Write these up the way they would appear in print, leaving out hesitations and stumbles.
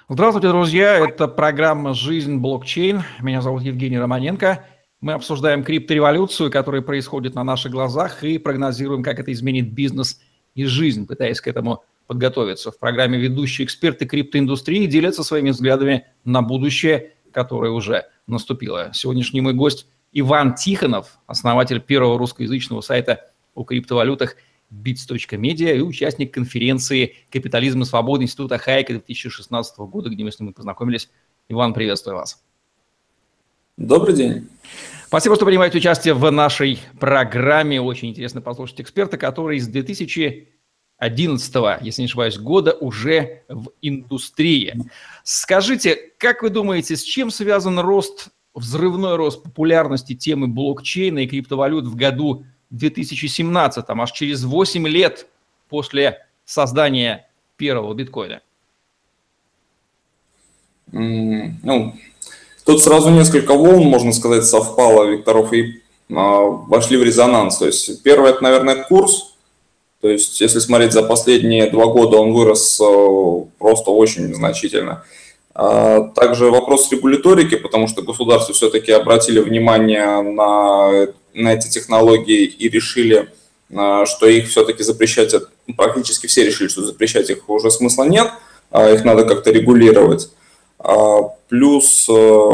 Здравствуйте, друзья! Это программа «Жизнь блокчейн». Меня зовут Евгений Романенко. Мы обсуждаем криптореволюцию, которая происходит на наших глазах, и прогнозируем, как это изменит бизнес и жизнь, пытаясь к этому подготовиться. В программе ведущие эксперты криптоиндустрии делятся своими взглядами на будущее, которое уже наступило. Сегодняшний мой гость Иван Тихонов, основатель первого русскоязычного сайта о криптовалютах bits.media и участник конференции «Капитализм и свобода» Института Хайека 2016 года, где мы с ним познакомились. Иван, приветствую вас. Добрый день. Спасибо, что принимаете участие в нашей программе. Очень интересно послушать эксперта, который с 2011, если не ошибаюсь, года уже в индустрии. Скажите, как вы думаете, с чем связан взрывной рост популярности темы блокчейна и криптовалют в году 2017, аж через 8 лет после создания первого биткоина? Тут сразу несколько волн, можно сказать, совпало векторов и вошли в резонанс. То есть первое, это, наверное, курс. То есть если смотреть за последние 2 года, он вырос просто очень значительно. Также вопрос регуляторики, потому что государства все-таки обратили внимание на эти технологии и решили, что их все-таки запрещать, практически все решили, что запрещать их уже смысла нет, их надо как-то регулировать. Плюс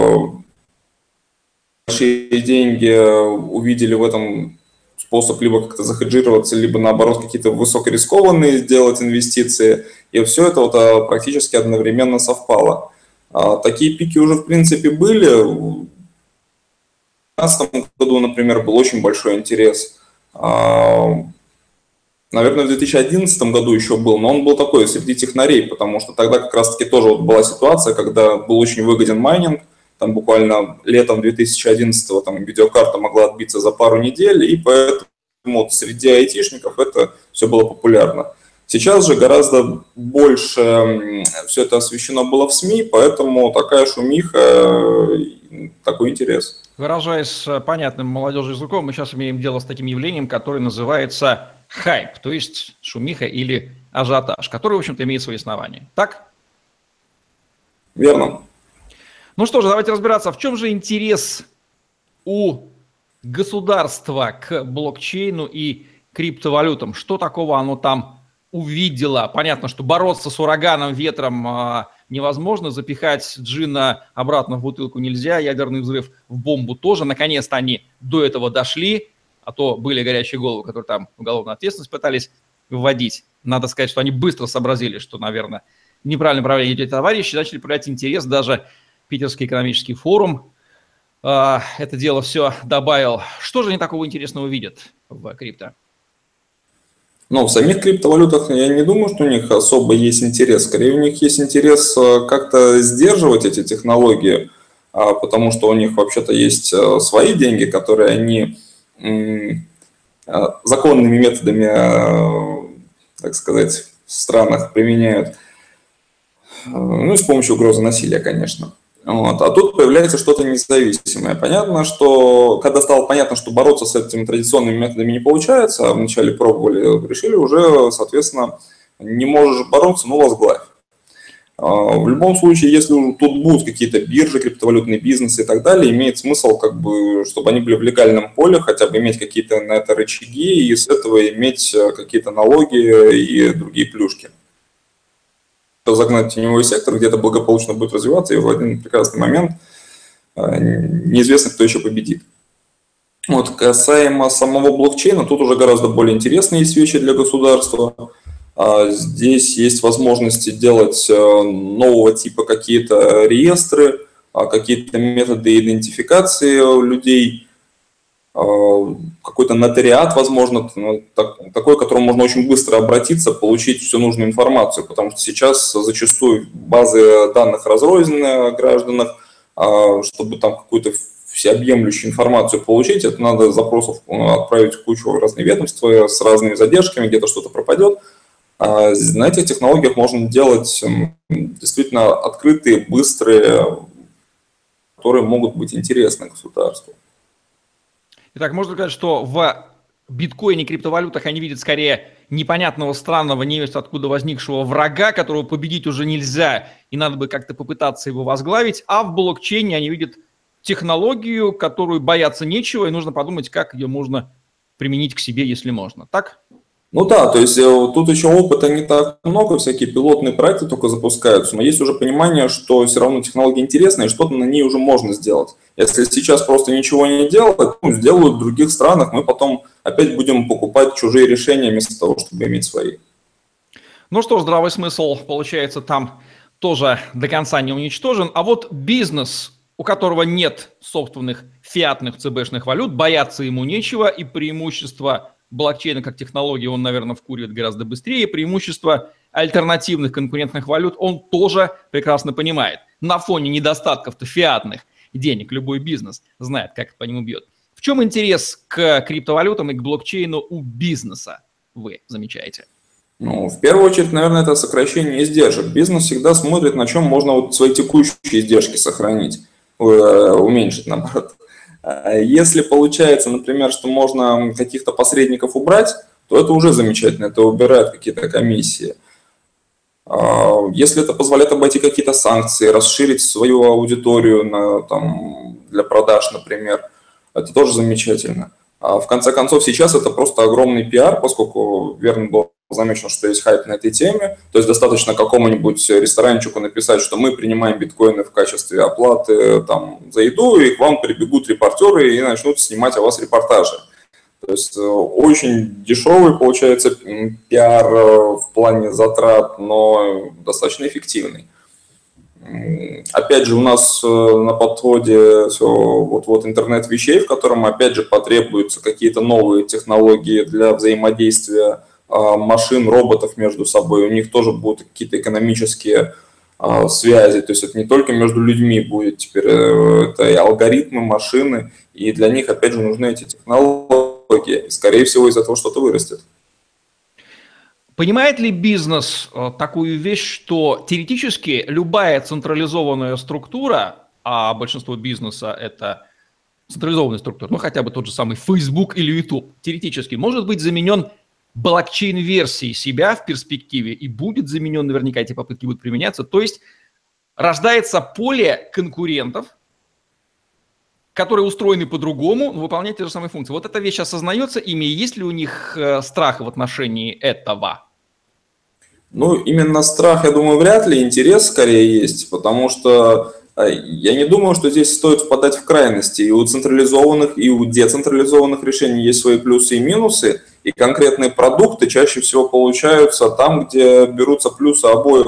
большие деньги увидели в этом способ либо как-то захеджироваться, либо наоборот какие-то высокорискованные сделать инвестиции. И все это практически одновременно совпало. Такие пики уже в принципе были. В 2015 году, например, был очень большой интерес. Наверное, в 2011 году еще был, но он был такой среди технарей, потому что тогда как раз-таки тоже была ситуация, когда был очень выгоден майнинг, там буквально летом 2011 там видеокарта могла отбиться за пару недель, и поэтому среди айтишников это все было популярно. Сейчас же гораздо больше все это освещено было в СМИ, поэтому такая шумиха, такой интерес. Выражаясь понятным молодежи языком, мы сейчас имеем дело с таким явлением, которое называется хайп, то есть шумиха или ажиотаж, который, в общем-то, имеет свои основания. Так? Верно. Ну что же, давайте разбираться, в чем же интерес у государства к блокчейну и криптовалютам. Что такого оно там увидело? Понятно, что бороться с ураганом, ветром невозможно, запихать джина обратно в бутылку нельзя, ядерный взрыв в бомбу тоже. Наконец-то они до этого дошли, а то были горячие головы, которые там уголовную ответственность пытались вводить. Надо сказать, что они быстро сообразили, что, наверное, неправильное направление идет товарищи, начали проявлять интерес. Даже Питерский экономический форум это дело все добавил. Что же они такого интересного видят в крипто? Ну, в самих криптовалютах я не думаю, что у них особо есть интерес. Скорее, у них есть интерес как-то сдерживать эти технологии, потому что у них вообще-то есть свои деньги, которые они законными методами, так сказать, в странах применяют. Ну и с помощью угрозы насилия, конечно. Вот. А тут появляется что-то независимое. Понятно, что когда стало понятно, что бороться с этими традиционными методами не получается, а вначале пробовали, решили уже, соответственно, не можешь бороться, ну возглавь. В любом случае, если тут будут какие-то биржи, криптовалютные бизнесы и так далее, имеет смысл, как бы, чтобы они были в легальном поле, хотя бы иметь какие-то на это рычаги и с этого иметь какие-то налоги и другие плюшки. Загнать теневой сектор, где-то благополучно будет развиваться, и в один прекрасный момент неизвестно, кто еще победит. Вот касаемо самого блокчейна, тут уже гораздо более интересные есть вещи для государства. Здесь есть возможности делать нового типа какие-то реестры, какие-то методы идентификации людей, какой-то нотариат, возможно, такой, к которому можно очень быстро обратиться, получить всю нужную информацию, потому что сейчас зачастую базы данных разрознены о гражданах, чтобы там какую-то всеобъемлющую информацию получить, это надо запросов отправить в кучу в разные ведомства с разными задержками, где-то что-то пропадет. На этих технологиях можно делать действительно открытые, быстрые, которые могут быть интересны государству. Итак, можно сказать, что в биткоине и криптовалютах они видят скорее непонятного, странного, невесть откуда возникшего врага, которого победить уже нельзя, и надо бы как-то попытаться его возглавить, а в блокчейне они видят технологию, которую бояться нечего, и нужно подумать, как ее можно применить к себе, если можно. Так? Ну да, то есть тут еще опыта не так много, всякие пилотные проекты только запускаются, но есть уже понимание, что все равно технология интересная, и что-то на ней уже можно сделать. Если сейчас просто ничего не делать, ну, сделают в других странах, мы потом опять будем покупать чужие решения вместо того, чтобы иметь свои. Ну что ж, здравый смысл, получается, там тоже до конца не уничтожен. А вот бизнес, у которого нет собственных фиатных ЦБшных валют, бояться ему нечего, и преимущество блокчейна как технологии он, наверное, вкуривает гораздо быстрее, преимущество альтернативных конкурентных валют он тоже прекрасно понимает. На фоне недостатков-то фиатных денег любой бизнес знает, как по нему бьет. В чем интерес к криптовалютам и к блокчейну у бизнеса, вы замечаете? Ну, в первую очередь, наверное, это сокращение издержек. Бизнес всегда смотрит, на чем можно вот свои текущие издержки сохранить, уменьшить, наоборот. Если получается, например, что можно каких-то посредников убрать, то это уже замечательно, это убирает какие-то комиссии. Если это позволяет обойти какие-то санкции, расширить свою аудиторию для продаж, например, это тоже замечательно. В конце концов, сейчас это просто огромный пиар, поскольку верно было замечено, что есть хайп на этой теме. То есть достаточно какому-нибудь ресторанчику написать, что мы принимаем биткоины в качестве оплаты за еду, и к вам прибегут репортеры и начнут снимать о вас репортажи. То есть очень дешевый получается пиар в плане затрат, но достаточно эффективный. Опять же, у нас на подходе все вот интернет вещей, в котором, опять же, потребуются какие-то новые технологии для взаимодействия машин, роботов между собой. У них тоже будут какие-то экономические связи. То есть это не только между людьми будет теперь, это и алгоритмы, машины, и для них, опять же, нужны эти технологии. И, скорее всего, из этого что-то вырастет. Понимает ли бизнес такую вещь, что теоретически любая централизованная структура, а большинство бизнеса это централизованная структура, ну хотя бы тот же самый Facebook или YouTube, теоретически может быть заменен блокчейн-версией себя в перспективе и будет заменен, наверняка эти попытки будут применяться, то есть рождается поле конкурентов, которые устроены по-другому, но выполняют те же самые функции. Вот эта вещь осознается ими, и есть ли у них страх в отношении этого? Ну, именно страх, я думаю, вряд ли, интерес скорее есть, потому что я не думаю, что здесь стоит впадать в крайности. И у централизованных, и у децентрализованных решений есть свои плюсы и минусы, и конкретные продукты чаще всего получаются там, где берутся плюсы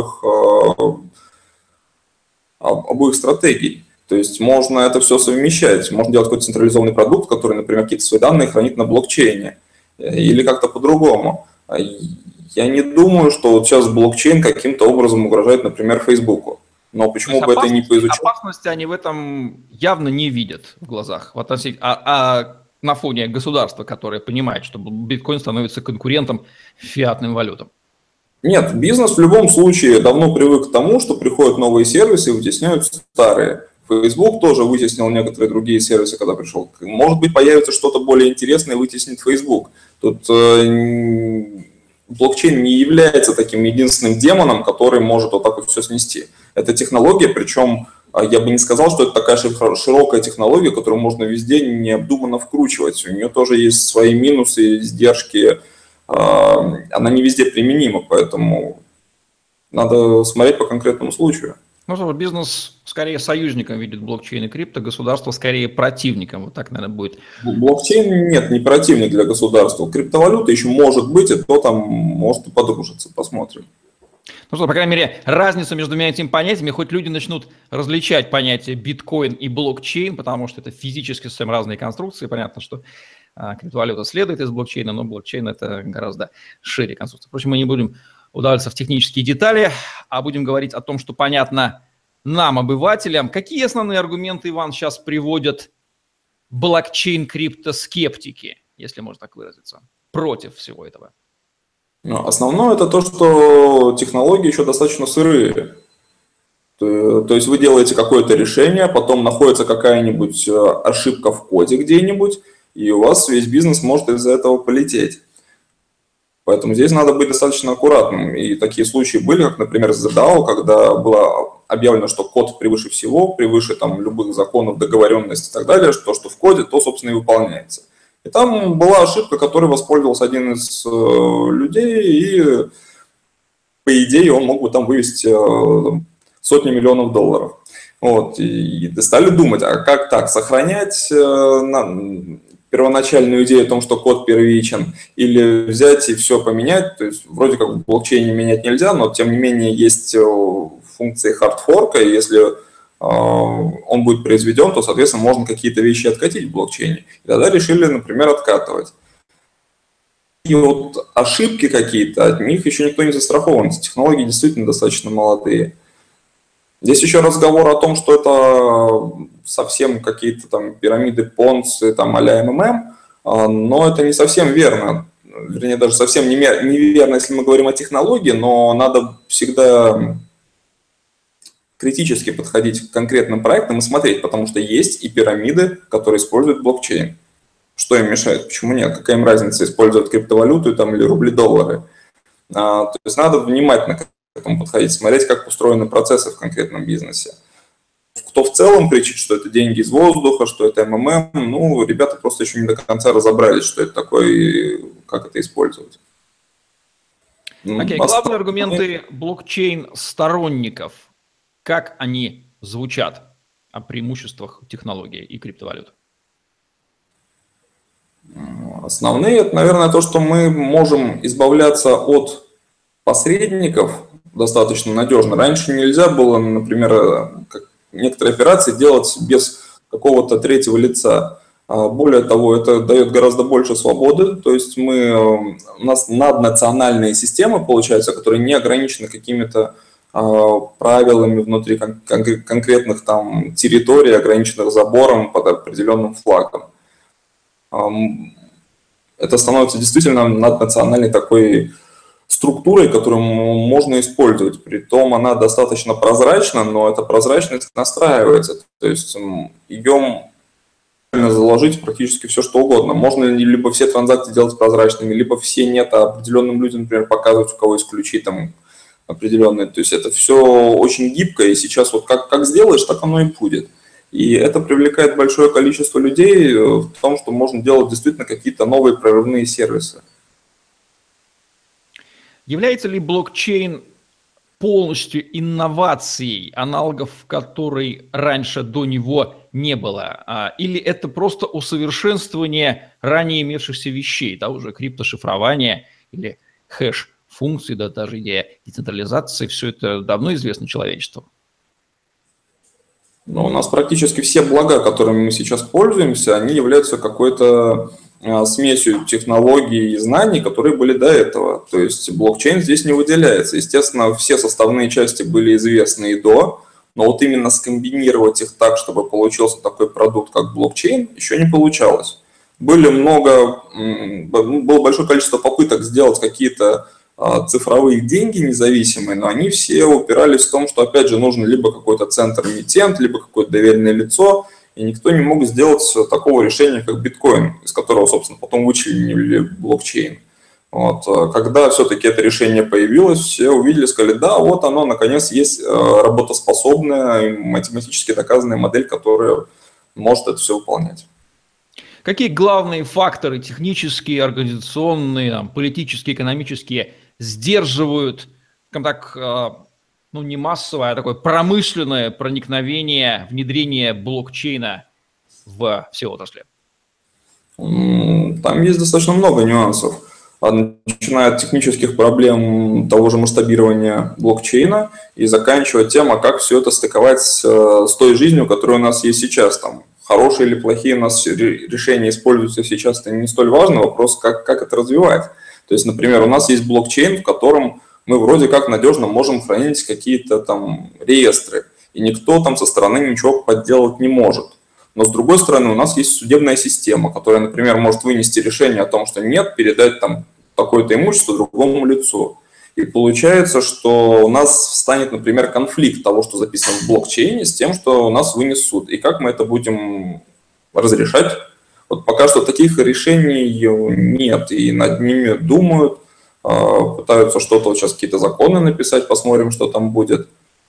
обоих стратегий. То есть можно это все совмещать. Можно делать какой-то централизованный продукт, который, например, какие-то свои данные хранит на блокчейне, или как-то по-другому. Я не думаю, что вот сейчас блокчейн каким-то образом угрожает, например, Фейсбуку. Но почему бы это не поизучать? Опасности они в этом явно не видят в глазах. А на фоне государства, которое понимает, что биткоин становится конкурентом фиатным валютам. Нет, бизнес в любом случае давно привык к тому, что приходят новые сервисы и вытесняют старые. Facebook тоже вытеснил некоторые другие сервисы, когда пришел. Может быть, появится что-то более интересное и вытеснит Facebook. Тут блокчейн не является таким единственным демоном, который может вот так вот все снести. Это технология, причем я бы не сказал, что это такая широкая технология, которую можно везде необдуманно вкручивать. У нее тоже есть свои минусы, издержки. Она не везде применима, поэтому надо смотреть по конкретному случаю. Ну что, бизнес скорее союзником видит блокчейн и крипто, государство скорее противником. Вот так, наверное, будет. Блокчейн нет, не противник для государства. Криптовалюта еще может быть, и то там может и подружиться. Посмотрим. Ну что, по крайней мере, разницу между этими понятиями, хоть люди начнут различать понятия биткоин и блокчейн, потому что это физически совсем разные конструкции. Понятно, что криптовалюта следует из блокчейна, но блокчейн это гораздо шире конструкция. Впрочем, мы не будем удаваться в технические детали, а будем говорить о том, что понятно нам, обывателям. Какие основные аргументы, Иван, сейчас приводят блокчейн-криптоскептики, если можно так выразиться, против всего этого? Основное это то, что технологии еще достаточно сырые. То есть вы делаете какое-то решение, потом находится какая-нибудь ошибка в коде где-нибудь, и у вас весь бизнес может из-за этого полететь. Поэтому здесь надо быть достаточно аккуратным. И такие случаи были, как, например, с ZDAO, когда было объявлено, что код превыше всего, превыше там любых законов, договоренностей и так далее, что в коде, то, собственно, и выполняется. И там была ошибка, которой воспользовался один из людей, и, по идее, он мог бы там вывести сотни миллионов долларов. Вот, и стали думать, а как так, сохранять первоначальную идею о том, что код первичен, или взять и все поменять, то есть вроде как в блокчейне менять нельзя, но тем не менее есть функции хардфорка, и если он будет произведен, то, соответственно, можно какие-то вещи откатить в блокчейне. И тогда решили, например, откатывать. И вот ошибки какие-то, от них еще никто не застрахован. Технологии действительно достаточно молодые. Здесь еще разговор о том, что это совсем какие-то там пирамиды Понци, там а-ля МММ, но это не совсем верно. Вернее, даже совсем неверно, если мы говорим о технологии, но надо всегда критически подходить к конкретным проектам и смотреть, потому что есть и пирамиды, которые используют блокчейн. Что им мешает? Почему нет? Какая им разница, использовать криптовалюту там, или рубли-доллары? То есть надо внимательно к этому подходить, смотреть, как устроены процессы в конкретном бизнесе. Кто в целом кричит, что это деньги из воздуха, что это МММ, ну, ребята просто еще не до конца разобрались, что это такое и как это использовать. Окей, главные аргументы блокчейн-сторонников, как они звучат о преимуществах технологии и криптовалют? Основные, это, наверное, то, что мы можем избавляться от посредников достаточно надежно. Раньше нельзя было, например, некоторые операции делать без какого-то третьего лица. Более того, это дает гораздо больше свободы, то есть у нас наднациональные системы, получается, которые не ограничены какими-то правилами внутри конкретных там территорий, ограниченных забором под определенным флагом. Это становится действительно наднациональной такой структурой, которую можно использовать. Притом она достаточно прозрачна, но эта прозрачность настраивается. То есть ее можно заложить практически все, что угодно. Можно либо все транзакции делать прозрачными, либо все нет, а определенным людям, например, показывать, у кого есть ключи там определенные. То есть это все очень гибко, и сейчас вот как сделаешь, так оно и будет. И это привлекает большое количество людей в том, что можно делать действительно какие-то новые прорывные сервисы. Является ли блокчейн полностью инновацией, аналогов которой раньше до него не было? Или это просто усовершенствование ранее имевшихся вещей, того же криптошифрования или хэш-функций, да, даже идея децентрализации, все это давно известно человечеству? Но у нас практически все блага, которыми мы сейчас пользуемся, они являются какой-то смесью технологий и знаний, которые были до этого. То есть блокчейн здесь не выделяется. Естественно, все составные части были известны и до, но вот именно скомбинировать их так, чтобы получился такой продукт, как блокчейн, еще не получалось. Было большое количество попыток сделать какие-то цифровые деньги независимые, но они все упирались в том, что, опять же, нужен либо какой-то центр-эмитент, либо какое-то доверенное лицо, и никто не мог сделать такого решения, как биткоин, из которого, собственно, потом вычленили блокчейн. Вот. Когда все-таки это решение появилось, все увидели, сказали, да, вот оно, наконец, есть работоспособная, математически доказанная модель, которая может это все выполнять. Какие главные факторы технические, организационные, политические, экономические сдерживают, скажем так, ну не массовое, а такое промышленное проникновение, внедрение блокчейна в все отрасли? Там есть достаточно много нюансов. Начиная от технических проблем того же масштабирования блокчейна и заканчивая тем, а как все это стыковать с той жизнью, которая у нас есть сейчас. Там, хорошие или плохие у нас решения используются сейчас, это не столь важный вопрос, как это развивать. То есть, например, у нас есть блокчейн, в котором мы вроде как надежно можем хранить какие-то там реестры, и никто там со стороны ничего подделать не может. Но с другой стороны, у нас есть судебная система, которая, например, может вынести решение о том, что нет, передать там такое-то имущество другому лицу. И получается, что у нас встанет, например, конфликт того, что записано в блокчейне, с тем, что у нас вынес суд. И как мы это будем разрешать? Вот пока что таких решений нет, и над ними думают, пытаются что-то, вот сейчас какие-то законы написать, посмотрим, что там будет.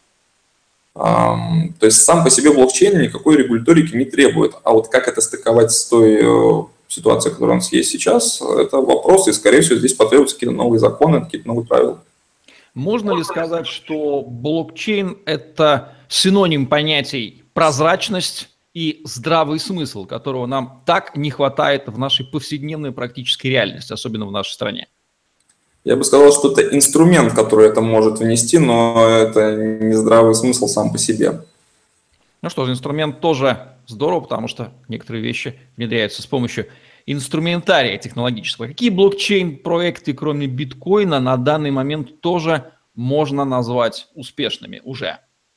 То есть сам по себе блокчейн никакой регуляторики не требует, а вот как это стыковать с той ситуацией, которая у нас есть сейчас, это вопрос, и, скорее всего, здесь потребуются какие-то новые законы, какие-то новые правила. Можно ли сказать, что блокчейн – это синоним понятий прозрачность и здравый смысл, которого нам так не хватает в нашей повседневной практической реальности, особенно в нашей стране? Я бы сказал, что это инструмент, который это может внести, но это не здравый смысл сам по себе. Ну что ж, инструмент тоже здорово, потому что некоторые вещи внедряются с помощью инструментария технологического. Какие блокчейн-проекты, кроме биткоина, на данный момент тоже можно назвать успешными уже?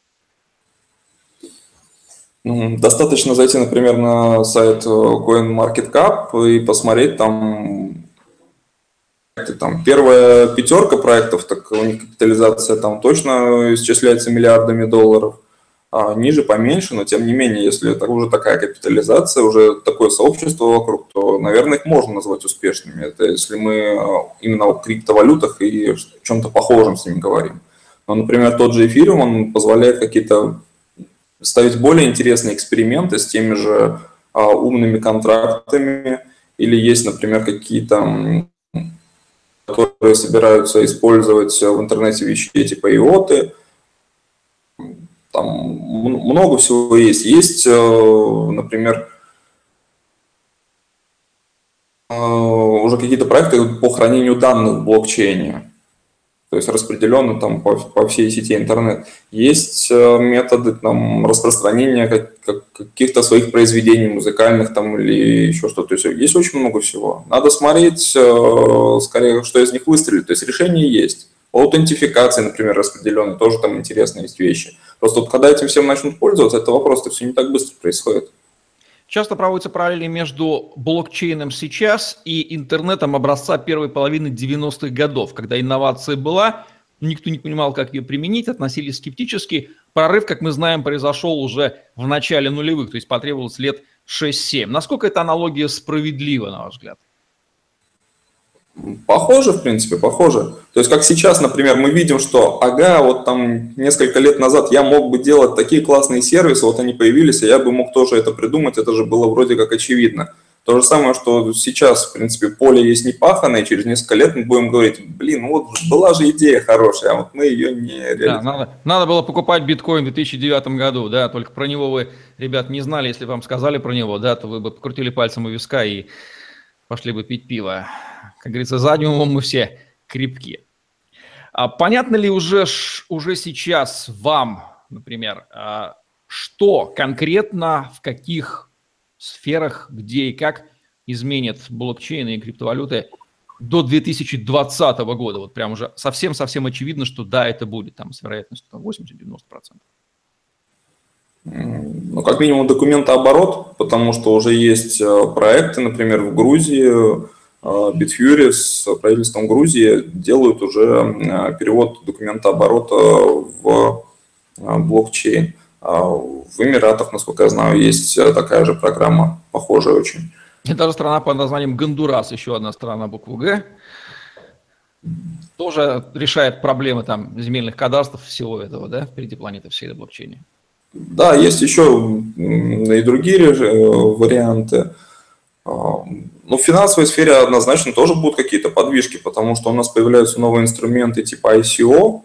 Достаточно зайти, например, на сайт CoinMarketCap и посмотреть там первая пятерка проектов, так у них капитализация там точно исчисляется миллиардами долларов, а ниже поменьше, но тем не менее, если это уже такая капитализация, уже такое сообщество вокруг, то, наверное, их можно назвать успешными. Это если мы именно о криптовалютах и о чем-то похожем с ними говорим. Но, например, тот же эфириум, он позволяет какие-то ставить более интересные эксперименты с теми же умными контрактами, или есть, например, какие-то, которые собираются использовать в интернете вещей типа IoT. Там много всего есть. Есть, например, уже какие-то проекты по хранению данных в блокчейне, то есть распределенные там по всей сети интернет. Есть методы там распространения каких-то своих произведений музыкальных там или еще что-то. То есть есть очень много всего. Надо смотреть, скорее, что из них выстрелит. То есть решения есть. По аутентификации, например, распределенной, тоже там интересные есть вещи. Просто вот когда этим всем начнут пользоваться, это вопрос-то все не так быстро происходит. Часто проводятся параллели между блокчейном сейчас и интернетом образца первой половины 90-х годов, когда инновация была, никто не понимал, как ее применить, относились скептически. Прорыв, как мы знаем, произошел уже в начале нулевых, то есть потребовалось лет 6-7. Насколько эта аналогия справедлива, на ваш взгляд? Похоже, в принципе, похоже. То есть, как сейчас, например, мы видим, что, вот там несколько лет назад я мог бы делать такие классные сервисы, вот они появились, и я бы мог тоже это придумать, это же было вроде как очевидно. То же самое, что сейчас, в принципе, поле есть непаханное, и через несколько лет мы будем говорить, вот была же идея хорошая, а вот мы ее не реализовали. Да, надо было покупать биткоин в 2009 году, да, только про него вы, ребят, не знали, если вам сказали про него, да, то вы бы покрутили пальцем у виска и пошли бы пить пиво. Как говорится, задним умом мы все крепки. А понятно ли уже сейчас вам, например, что конкретно, в каких сферах, где и как изменят блокчейны и криптовалюты до 2020 года? Вот прям уже совсем-совсем очевидно, что да, это будет там с вероятностью 80-90%. Как минимум документооборот, потому что уже есть проекты, например, в Грузии, Bitfury с правительством Грузии делают уже перевод документооборота в блокчейн. В Эмиратах, насколько я знаю, есть такая же программа, похожая очень. И даже страна под названием Гондурас, еще одна страна букву «Г», тоже решает проблемы там земельных кадастров, всего этого, да, впереди планеты всей на блокчейне. Да, есть еще и другие варианты. В финансовой сфере однозначно тоже будут какие-то подвижки, потому что у нас появляются новые инструменты типа ICO,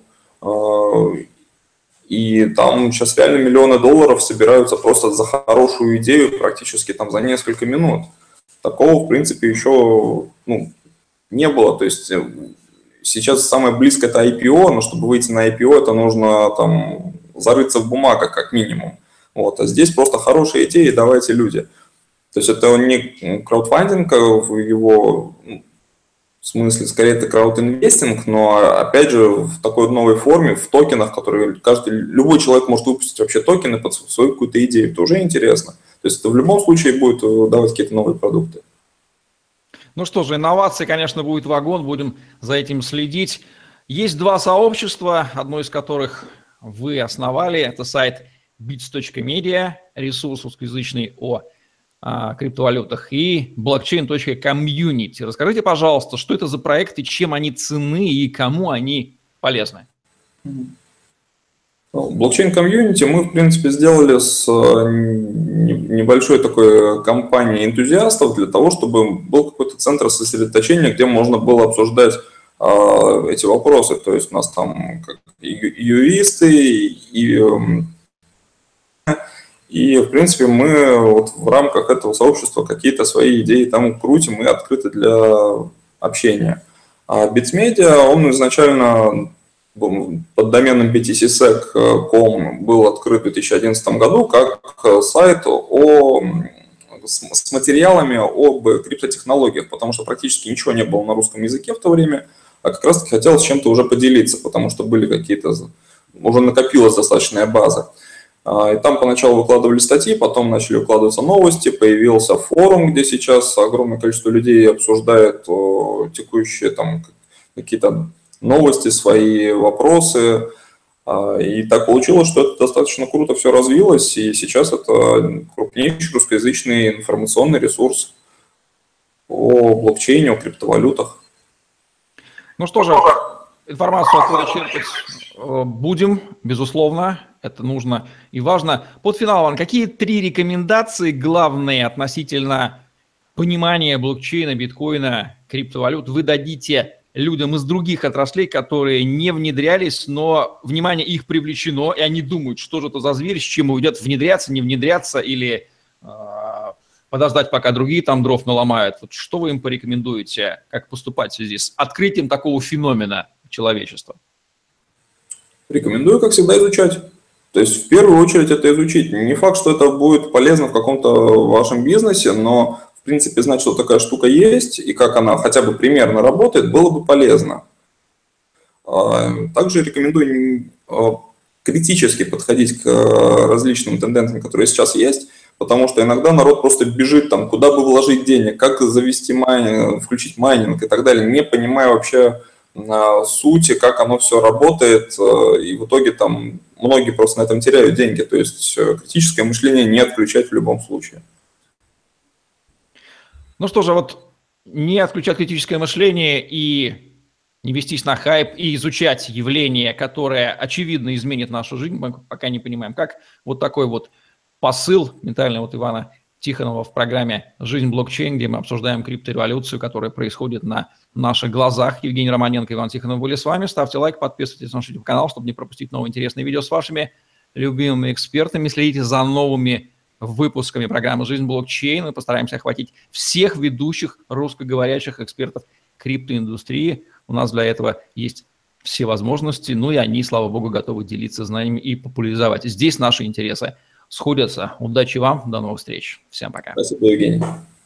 и там сейчас реально миллионы долларов собираются просто за хорошую идею практически там за несколько минут. Такого, в принципе, еще не было. То есть сейчас самое близкое это IPO, но чтобы выйти на IPO, это нужно там зарыться в бумагах как минимум. А здесь просто хорошие идеи, давайте люди. То есть это не краудфандинг в его смысле, скорее это краудинвестинг, но опять же в такой новой форме, в токенах, которые любой человек может выпустить вообще токены под свою какую-то идею, это уже интересно. То есть это в любом случае будет давать какие-то новые продукты. Ну что же, инновации, конечно, будет вагон, будем за этим следить. Есть два сообщества, одно из которых вы основали, это сайт bits.media, ресурс русскоязычный о криптовалютах, и blockchain.community. Расскажите, пожалуйста, что это за проекты, чем они ценны и кому они полезны? Блокчейн-комьюнити мы, в принципе, сделали с небольшой такой компанией энтузиастов для того, чтобы был какой-то центр сосредоточения, где можно было обсуждать эти вопросы. То есть у нас там и юристы, и, в принципе, мы вот в рамках этого сообщества какие-то свои идеи там крутим и открыты для общения. А Bitsmedia, он изначально под доменом btcsec.com был открыт в 2011 году как сайт с материалами об криптотехнологиях, потому что практически ничего не было на русском языке в то время, а как раз-таки хотелось чем-то уже поделиться, потому что были какие-то, уже накопилась достаточная база. И там поначалу выкладывали статьи, потом начали выкладываться новости, появился форум, где сейчас огромное количество людей обсуждает текущие там какие-то новости, свои вопросы. И так получилось, что это достаточно круто все развилось, и сейчас это крупнейший русскоязычный информационный ресурс о блокчейне, о криптовалютах. Ну что же, информацию оттуда черпать будем, безусловно, это нужно и важно. Под финал, Иван, какие 3 рекомендации главные относительно понимания блокчейна, биткоина, криптовалют вы дадите людям из других отраслей, которые не внедрялись, но, внимание, их привлечено, и они думают, что же это за зверь, с чем уйдет, внедряться, не внедряться, или подождать, пока другие там дров наломают. Вот что вы им порекомендуете, как поступать в связи с открытием такого феномена человечества? Рекомендую, как всегда, изучать. То есть, в первую очередь, это изучить. Не факт, что это будет полезно в каком-то вашем бизнесе, но, в принципе, знать, что такая штука есть и как она хотя бы примерно работает, было бы полезно. Также рекомендую критически подходить к различным тенденциям, которые сейчас есть, потому что иногда народ просто бежит там, куда бы вложить денег, как завести майнинг, включить майнинг и так далее, не понимая вообще сути, как оно все работает, и в итоге там многие просто на этом теряют деньги. То есть критическое мышление не отключать в любом случае. Ну что же, вот не отключать критическое мышление и не вестись на хайп, и изучать явление, которое очевидно изменит нашу жизнь, мы пока не понимаем, как. Вот такой вот посыл ментальный вот Ивана Тихонова в программе «Жизнь блокчейн», где мы обсуждаем криптореволюцию, которая происходит на наших глазах. Евгений Романенко, Иван Тихонов были с вами. Ставьте лайк, подписывайтесь на наш YouTube-канал, чтобы не пропустить новые интересные видео с вашими любимыми экспертами. Следите за новыми выпусками программы «Жизнь блокчейн». Мы постараемся охватить всех ведущих русскоговорящих экспертов криптоиндустрии. У нас для этого есть все возможности, ну и они, слава богу, готовы делиться знаниями и популяризовать. Здесь наши интересы сходятся. Удачи вам, до новых встреч. Всем пока. Спасибо, Евгений.